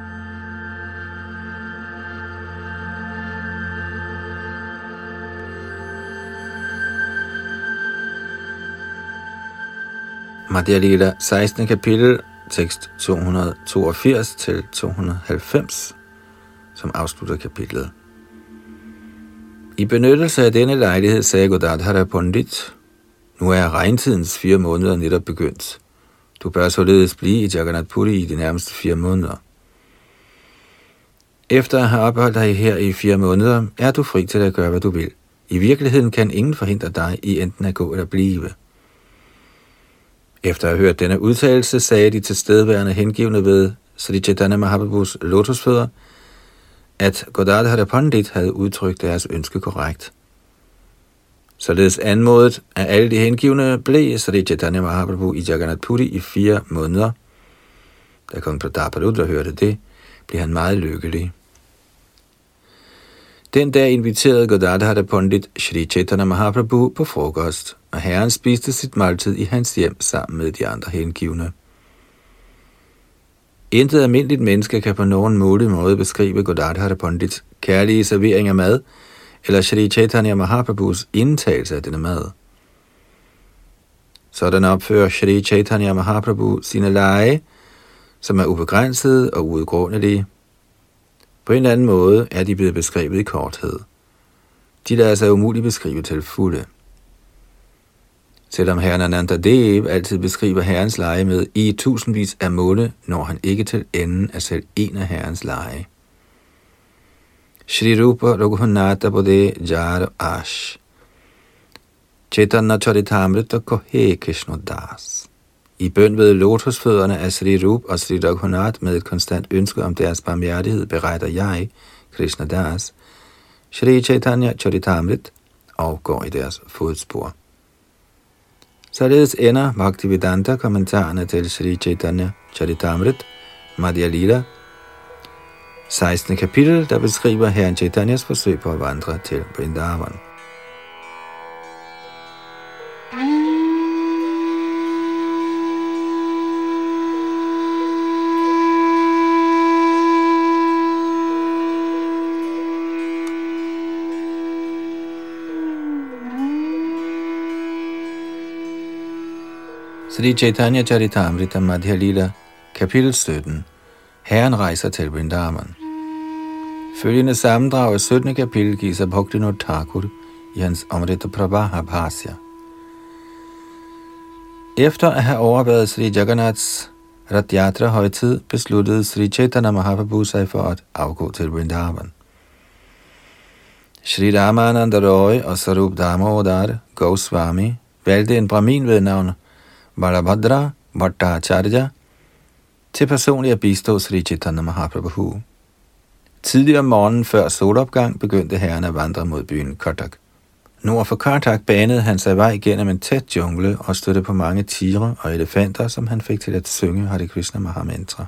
Madhya Lila, sekstende kapitel, tekst to hundrede toogfirs til to hundrede halvfems, som afslutter kapitlet. I benyttelse af denne lejlighed sagde Godadhara Pandit, nu er regntidens fire måneder netop begyndt. Du bør således blive i Jagannath Puri i de nærmeste fire måneder. Efter at have opholdt dig her i fire måneder, er du fri til at gøre, hvad du vil. I virkeligheden kan ingen forhindre dig i enten at gå eller blive. Efter at have hørt denne udtalelse, sagde de tilstedeværende hengivne ved Sri Chaitanya Mahaprabhus lotusfødder, at Godadhara Pandit havde udtrykt deres ønske korrekt. Således anmodet af alle de hengivne blev Sri Chaitanya Mahaprabhu i Jagannath Puri i fire måneder. Da kong Prataparudra hørte det, blev han meget lykkelig. Den dag inviterede Godardhara Pandit Shri Chaitanya Mahaprabhu på frokost, og herren spiste sit måltid i hans hjem sammen med de andre hengivne. Intet almindeligt menneske kan på nogen mulig måde beskrive Godardhara Pandits kærlige servering af mad, eller Shri Chaitanya Mahaprabhus indtagelse af denne mad. Sådan opfører Shri Chaitanya Mahaprabhu sine lege, som er ubegrænsede og uudgrundelige. På en eller anden måde er de blevet beskrevet i korthed. De lader sig umuligt beskrive til fulde. Selvom herren Anantadev altid beskriver herrens lege med i tusindvis af måne, når han ikke til enden af selv en af herrens lege. Shri Rupa Raghunatha Bodhe Jar Ash Chaitanya Charitamrita Kohe Krishnodas. I bøn ved lotusfødderne af Shri Rup og Shri Raghunath med et konstant ønske om deres barmhjertighed, beretter jeg, Krishnadas, Shri Chaitanya Charitamrit, og går i deres fodspor. Således ender Bhaktivedanta kommentarerne til Shri Chaitanya Charitamrit, Madhya Lila, sekstende kapitel, der beskriver herren Chaitanyas forsøg på at vandre til Vrindavan. Shri Chaitanya Charitamrita Madhya Lila, kapitel sytten. Herren rejser til Vrindavan. Følgende sammendrag af syttende kapitel gives af Bhaktivinoda Thakur i hans Amrita Prabha Bhasya. Efter at have overværet Sri Jagannaths Rath Yatra højtid, besluttede Sri Chaitanya Mahaprabhu sig for at afgå til Vrindavan. Shri Ramananda Roy og Sarup Damodar Goswami valgte en brahmin ved navn Balabhadra Bhattacharya til personligt at bistå Sri Chaitanya Mahaprabhu. Tidligere om morgenen før solopgang begyndte herren at vandre mod byen Cuttack. Nord for Cuttack banede han sig vej gennem en tæt jungle og stødte på mange tigre og elefanter, som han fik til at synge Hare Krishna Mahamantra.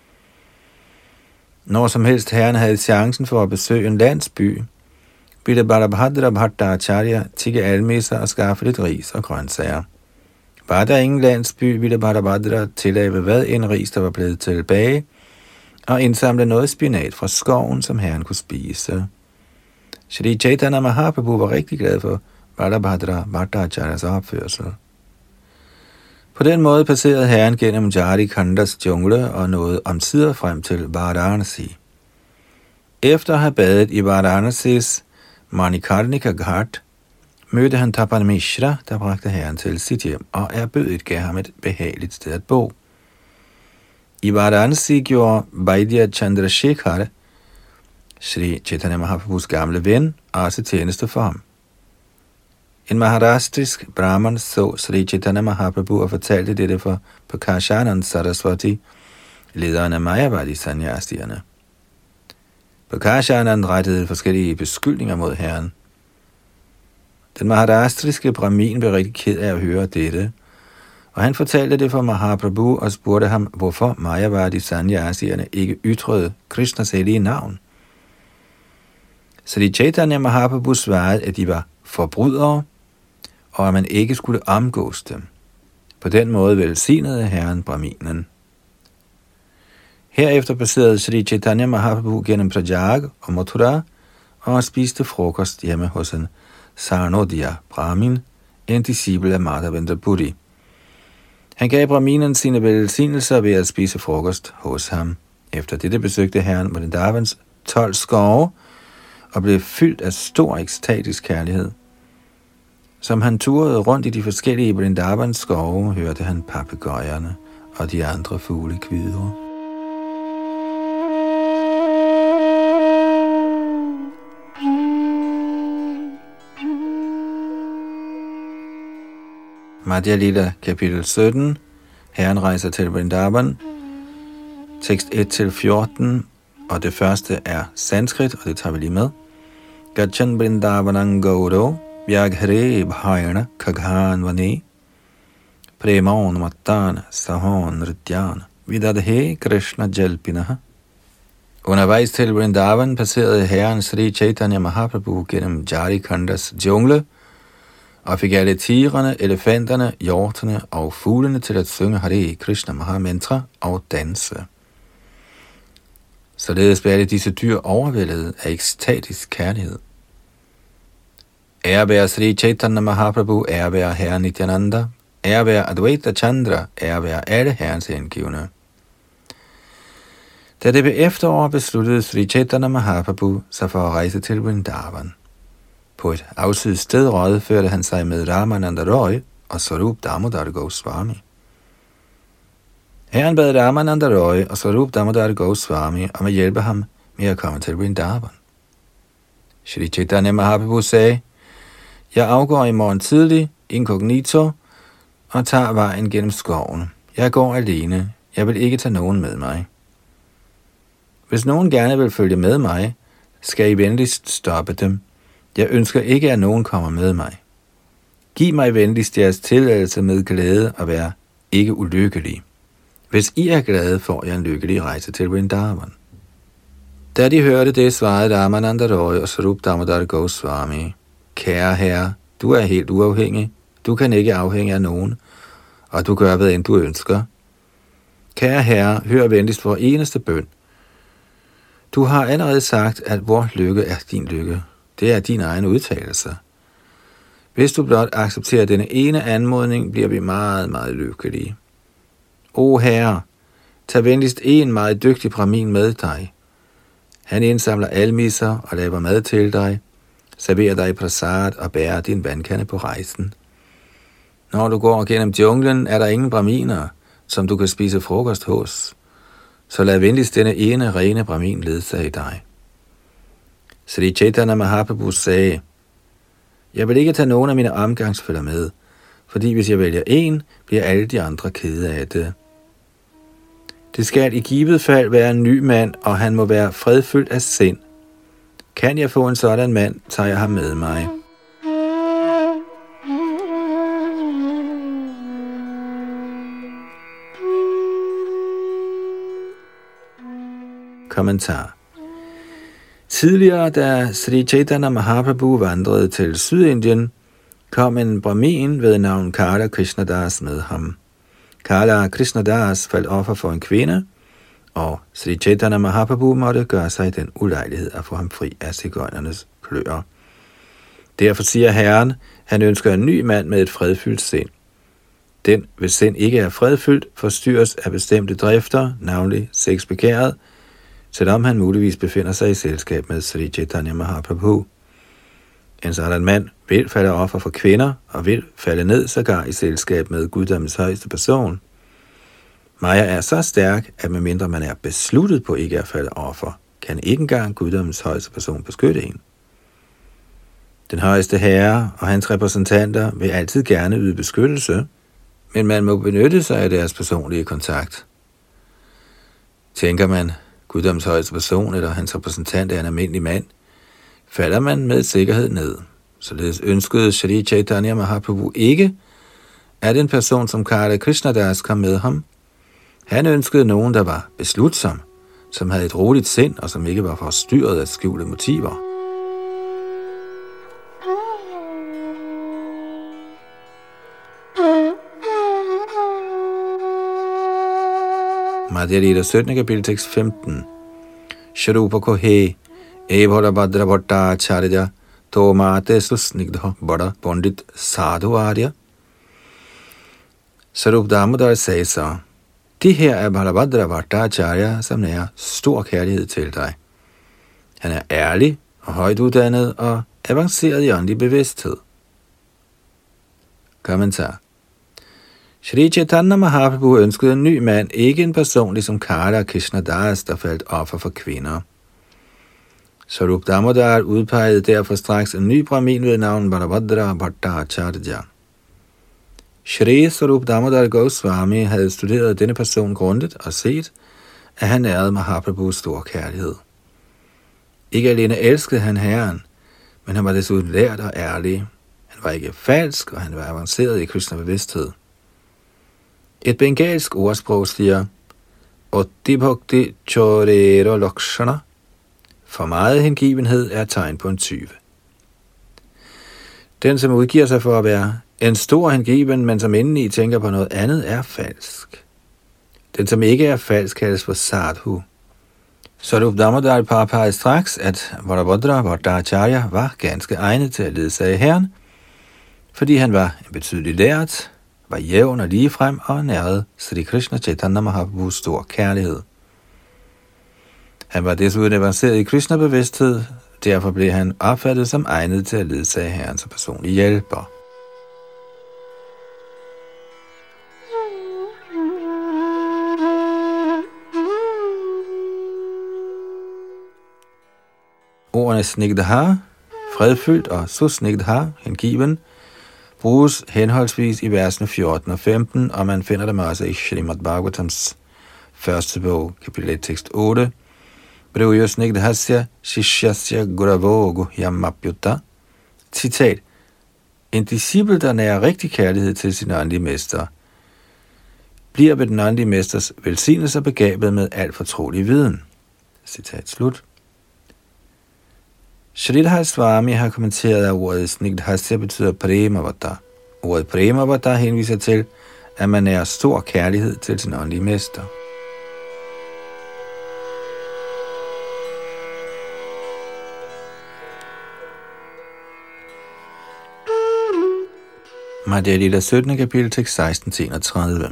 Når som helst herren havde chancen for at besøge en landsby, ville Balabhadra Bhattacharya tigge almisser og skaffe lidt ris og grøntsager. Var der ingen landsby, ville Balabhadra tillade hvad en ris, der var blevet tilbage, og indsamle noget spinat fra skoven, som herren kunne spise. Shri Chaitanya Mahaprabhu var rigtig glad for Balabhadra Bhattacharyas opførsel. På den måde passerede herren gennem Jarikandas jungle og nåede omsider frem til Varanasi. Efter at have badet i Varanasis Manikarnika Ghat, mødte han Tapan Mishra, der bragte herren til sit hjem, og erbødigt gav ham et behageligt sted at bo. I Varanasi gjorde Vaidya Chandrasekhar, Shri Chaitanya Mahaprabhus gamle ven, også tjeneste for ham. En maharashtrisk brahman så Shri Chaitanya Mahaprabhu og fortalte dette for Prakashanand Saraswati, lederen af Mayavadi Sanyasierne. Prakashanand rettede forskellige beskyldninger mod herren. Den maharashtriske brahmin blev rigtig ked af at høre dette, og han fortalte det for Mahaprabhu og spurgte ham, hvorfor Mayavadi Sanyasierne ikke ytrede Krishnas hellige navn. Shri Chaitanya Mahaprabhu svarede, at de var forbrydere, og at man ikke skulle omgås dem. På den måde velsignede herren brahminen. Herefter passerede Shri Chaitanya Mahaprabhu gennem Prajag og Mathura og spiste frokost hjemme hos en Sarnodya Brahmin, en disciple af Madhavendra Puri. Han gav brahminen sine velsignelser ved at spise frokost hos ham. Efter dette besøgte herren Vrindavans tolv skove og blev fyldt af stor ekstatisk kærlighed. Som han turede rundt i de forskellige Vrindavans skove, hørte han papegøjerne og de andre fugle kvidre. Madhya Lila, kapitel sytten. Herren rejser til Vrindavan. Tekst et til fjorten, og det første er sanskrit, og det tager vi lige med. Gachan Vrindavanang Gauro, Vyaghare Bhayana Kaghan Vane, Premon Matan Sahon Rityan, Vidadhe Krishna Jalpinaha. Undervejs til Vrindavan passerede herren Sri Chaitanya Mahaprabhu gennem Jarikandas jungle og fik alle tigrene, elefanterne, hjortene og fuglene til at synge Hare Krishna Mahamantra og danse. Således blev alle disse dyr overvældet af ekstatisk kærlighed. Ære være Sri Chaitanya Mahaprabhu, ære være herre Nityananda, ære være Advaita Chandra, ære være alle herrens hengivne. Da det blev efterår, besluttede Sri Chaitanya Mahaprabhu sig for at rejse til Vrindavan. På et afsides sted rådførte han sig med Ramananda Roy og Swarup Damodar Goswami. Herren bad Ramananda Roy og Swarup Damodar Goswami om at hjælpe ham med at komme til Vrindavan. Shri Chaitanya Mahaprabhu sagde, jeg afgår i morgen tidlig, inkognito, og tager vejen gennem skoven. Jeg går alene. Jeg vil ikke tage nogen med mig. Hvis nogen gerne vil følge med mig, skal I venligst stoppe dem. Jeg ønsker ikke, at nogen kommer med mig. Giv mig venligst jeres tilladelse med glæde og vær ikke ulykkelig. Hvis I er glade, får jeg en lykkelig rejse til Vrindavan. Da de hørte det, svarede Ramananda Roy og Swarup Damodar Goswami, kære herre, du er helt uafhængig. Du kan ikke afhænge af nogen, og du gør, hvad end du ønsker. Kære herre, hør venligst vor eneste bøn. Du har allerede sagt, at vor lykke er din lykke. Det er din egen udtalelse. Hvis du blot accepterer denne ene anmodning, bliver vi meget, meget lykkelige. O herre, tag venligst en meget dygtig brahmin med dig. Han indsamler almisser og laver mad til dig, serverer dig prasad og bærer din vandkande på rejsen. Når du går gennem junglen, er der ingen brahminer, som du kan spise frokost hos. Så lad venligst denne ene rene brahmin ledsage dig. Sri Chaitanya Mahaprabhu sagde, jeg vil ikke tage nogen af mine omgangsfæller med, fordi hvis jeg vælger en, bliver alle de andre kede af det. Det skal i givet fald være en ny mand, og han må være fredfyldt af sind. Kan jeg få en sådan mand, tager jeg ham med mig. Kommentar. Tidligere, da Sri Chaitanya Mahaprabhu vandrede til Sydindien, kom en brahmin ved navn Kala Krishnadas med ham. Kala Krishnadas faldt offer for en kvinde, og Sri Chaitanya Mahaprabhu måtte gøre sig den ulejlighed at få ham fri af sigøjnernes kløer. Derfor siger Herren, han ønsker en ny mand med et fredfyldt sind. Den, hvis sind ikke er fredfyldt, forstyrres af bestemte drifter, navnlig sexbegæret, selvom han muligvis befinder sig i selskab med Sri Chaitanya Mahaprabhu. En sådan mand vil falde offer for kvinder, og vil falde ned sågar i selskab med guddommens højeste person. Maya er så stærk, at medmindre man er besluttet på ikke at falde offer, kan ikke engang guddommens højeste person beskytte en. Den højeste herre og hans repræsentanter vil altid gerne yde beskyttelse, men man må benytte sig af deres personlige kontakt. Tænker man, guddommens højeste person eller hans repræsentant er en almindelig mand, falder man med sikkerhed ned. Således ønskede Shri Chaitanya Mahaprabhu ikke, at en person som Kala Krishnadas kom med ham. Han ønskede nogen, der var beslutsom, som havde et roligt sind og som ikke var forstyrret af skjulte motiver. Madhya Lila syttende kapitel tekst femten. Shrupa kohe evara badra bhatta acharya tomate susnigdha bada pandit sadhu arya. Swarup Damodar sagde så, det her er Balabhadra Bhattacharya, som nærer stor kærlighed til dig. Han er ærlig og højt uddannet og avanceret i åndelig bevidsthed. Kommentar. Shri Chaitanya Mahaprabhu ønskede en ny mand, ikke en person ligesom Kala Krishnadas, der faldt offer for kvinder. Swarup Damodar udpegede derfor straks en ny brahmin ved navn Balabhadra Bhattacharya. Shri Swarup Damodar Goswami havde studeret denne person grundigt og set, at han ærede Mahaprabhus stor kærlighed. Ikke alene elskede han Herren, men han var desuden lært og ærlig. Han var ikke falsk, og han var avanceret i Krishna bevidsthed. Et bengalsk ordsprog siger, Otti bhakti chorero lakshana. For meget hengivenhed er tegn på en tyve. Den, som udgiver sig for at være en stor hengiven, men som indeni tænker på noget andet, er falsk. Den, som ikke er falsk, kaldes for sadhu. Sarup Damodar påpegede straks, at Varabhadra Bhattacharya var ganske egnet til at ledsage Herren, fordi han var en betydelig lært, var jævn og ligefrem og nærede Sri Krishna Chaitanya Mahaprabhus stor kærlighed. Han var desuden avanceret i Krishna-bevidsthed, derfor blev han opfattet som egnet til at ledsage Herren som personlig hjælper. Ordene snigdha, fredfyldt og susnigdha, hengiven, bruges henholdsvis i versene fjorten og femten, og man finder dem også i Srimad Bhagavatams første bog, kapitel et, tekst otte. Brevyo snigdhasya shishyasya guravo guhyamapyuta. Citat. En disciple, der nærer rigtig kærlighed til sin åndelige mester, bliver ved den åndelige mesters velsignelse begabet med alt fortrolig viden. Citat slut. Sridhar Swami har kommenteret, at ordet snigdhasya betyder premavata. Ordet premavata henviser til, at man nærer stor kærlighed til sin åndelige mester. Madhya Lila syttende kapitel, tekst seksten til enogtredive.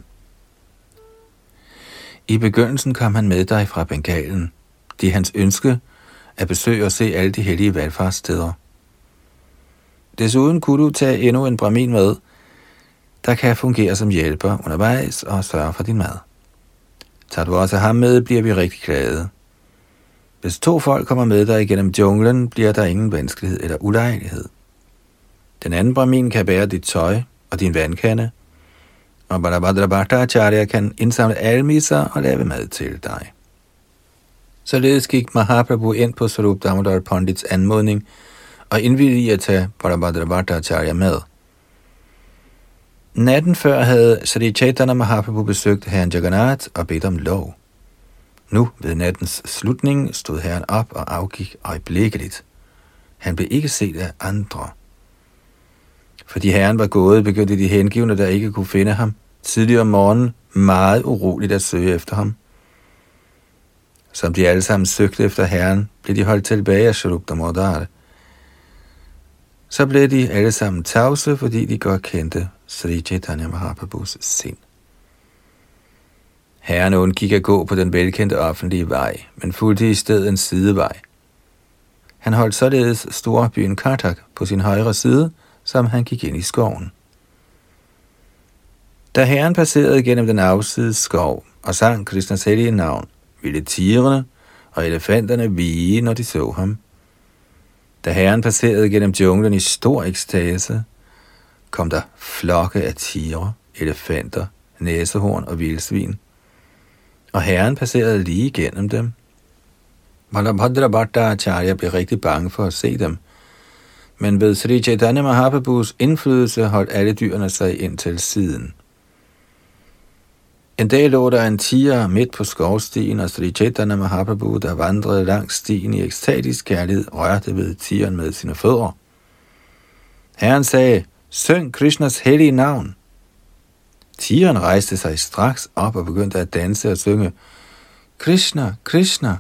I begyndelsen kom han med dig fra Bengalen. Det er hans ønske at besøge og se alle de hellige valfartssteder. Desuden kunne du tage endnu en brahmin med, der kan fungere som hjælper undervejs og sørge for din mad. Tager du også ham med, bliver vi rigtig glade. Hvis to folk kommer med dig igennem junglen, bliver der ingen vanskelighed eller ulejlighed. Den anden brahmin kan bære dit tøj og din vandkande, og Balabhadra Bhattacharya kan indsamle almisser og lave mad til dig. Således gik Mahaprabhu ind på Sarup Damodar Pandits anmodning og indvilligede i at tage Balabhadra Bhattacharya med. Natten før havde Sri Chaitanya Mahaprabhu besøgt herren Jagannath og bedt om lov. Nu ved nattens slutning stod herren op og afgik øjeblikkeligt. Han blev ikke set af andre. Fordi herren var gået, begyndte de hengivne, der ikke kunne finde ham, tidligere om morgenen meget uroligt at søge efter ham. Som de alle sammen søgte efter herren, blev de holdt tilbage af Sarup Damodar. Så blev de alle sammen tavse, fordi de godt kendte Sri Chaitanya Mahaprabhus sind. Herren undgik at gå på den velkendte offentlige vej, men fulgte i stedet en sidevej. Han holdt således storbyen Kartak på sin højre side, som han gik ind i skoven. Da herren passerede gennem den afsides skov og sang Krishnas hellige navn, ville tigerne og elefanterne vige, når de så ham. Da herren passerede gennem junglen i stor ekstase, kom der flokke af tigre, elefanter, næsehorn og vildsvin, og herren passerede lige igennem dem. Balabhadra Bhattacharya blev rigtig bange for at se dem, men ved Sri Chaitanya Mahaprabhus indflydelse holdt alle dyrene sig ind til siden. En dag lå der en tiger midt på skovstien, og Sri Chaitanya Mahaprabhu, der vandrede langs stien i ekstatisk kærlighed, rørte ved tigeren med sine fødder. Herren sagde, syng Krishnas hellige navn. Tigeren rejste sig straks op og begyndte at danse og synge, Krishna, Krishna.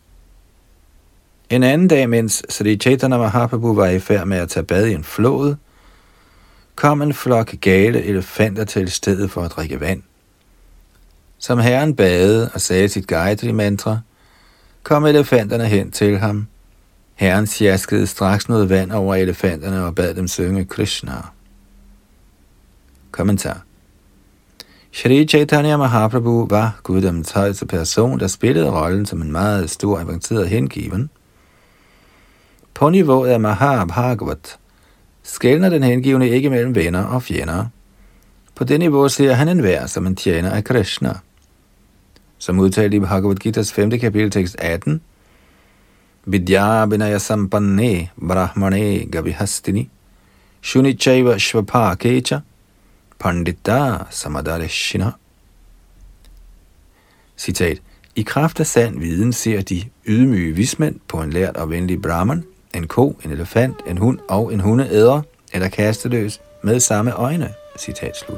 En anden dag, mens Sri Chaitanya Mahaprabhu var i færd med at tage bad i en flod, kom en flok gale elefanter til stedet for at drikke vand. Som herren badede og sagde sit Gayatri mantra, kom elefanterne hen til ham. Herren sjaskede straks noget vand over elefanterne og bad dem synge Krishna. Kommentar. Shri Chaitanya Mahaprabhu var guddommens højeste person, der spillede rollen som en meget stor avanceret hengiven. På niveauet af Mahabhagavat skelner den hengivne ikke mellem venner og fjender. På det niveau ser han enhver som en tjener af Krishna. Som udtalt i Bhagavad Gita's femte kapitel tekst atten, Vidya Vinaya Sampanne Brahmane Gavihastini Shunichaiva Shvapakecha Pandita Samadareshina. Citat. I kraft af sand viden ser de ydmyge vismænd på en lært og venlig brahman, en ko, en elefant, en hund og en hundeæder, eller kasteløs, med samme øjne. Citat slut.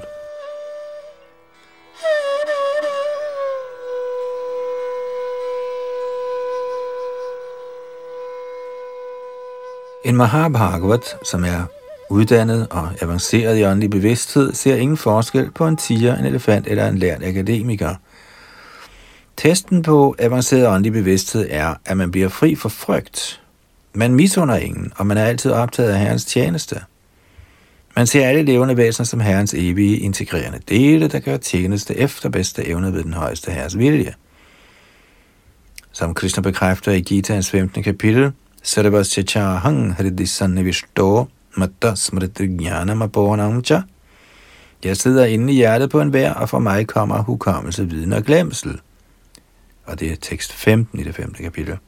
En Mahabhagavat, som er uddannet og avanceret i åndelig bevidsthed, ser ingen forskel på en tiger, en elefant eller en lært akademiker. Testen på avanceret åndelig bevidsthed er, at man bliver fri for frygt. Man misunder ingen, og man er altid optaget af Herrens tjeneste. Man ser alle levende væsener som Herrens evige integrerende dele, der gør tjeneste efter bedste evne ved den højeste Herres vilje. Som Krishna bekræfter i Gitaens femtende kapitel, Sarvasya chahang hridisannivishto matta smritrignanam apornamcha. Jeg sidder inde i hjertet på enhver, og fra mig kommer hukommelse, viden og glemsel. Og det er tekst femten i det femte kapitel.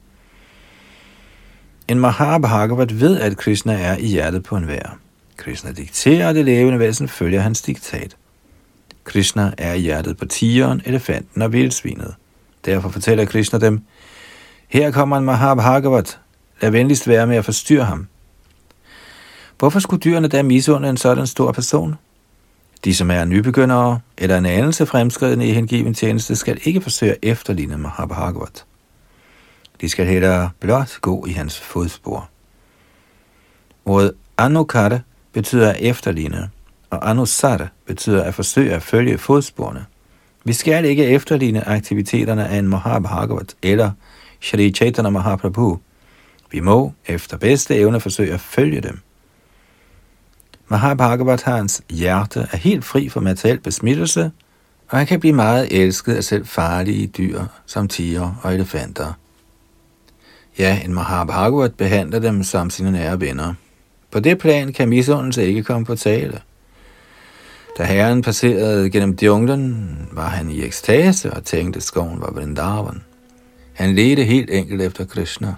En Mahabhagavat ved, at Krishna er i hjertet på enhver. Krishna dikterer, og det levende væsen følger hans diktat. Krishna er i hjertet på tigeren, elefanten og vildsvinet. Derfor fortæller Krishna dem, her kommer en Mahabhagavat. Lad venligst være med at forstyrre ham. Hvorfor skulle dyrene da misunde en sådan stor person? De, som er nybegyndere eller en anelse fremskridende i hengiven tjeneste, skal ikke forsøge at efterligne Mahabhagavat. De skal hellere blot gå i hans fodspor. Ordet anukata betyder at efterligne, og anusara betyder at forsøge at følge fodsporene. Vi skal ikke efterligne aktiviteterne af en Mahabhagavat eller Shri Chaitanya Mahaprabhu. Vi må efter bedste evne forsøge at følge dem. Mahabhagavat har hans hjerte er helt fri for materiel besmittelse, og han kan blive meget elsket af selv farlige dyr som tiger og elefanter. Ja, en Mahabhagavat behandler dem som sine nære venner. På det plan kan misundelse ikke komme på tale. Da herren passerede gennem junglen, var han i ekstase og tænkte, skoven var Vrindavan. Han ledte helt enkelt efter Krishna.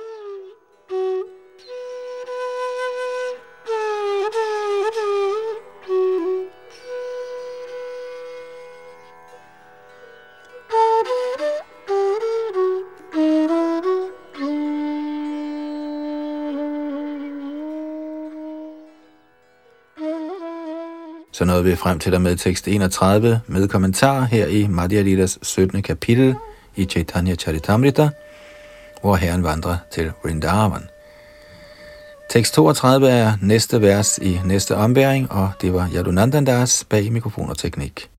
Så nåede vi frem til og med tekst enogtredive med kommentar her i Madhya Lilas syttende kapitel i Chaitanya Charitamrita, hvor herren vandrer til Vrindavan. Tekst toogtredive er næste vers i næste ombæring, og det var Yadunandandas bag mikrofon og teknik.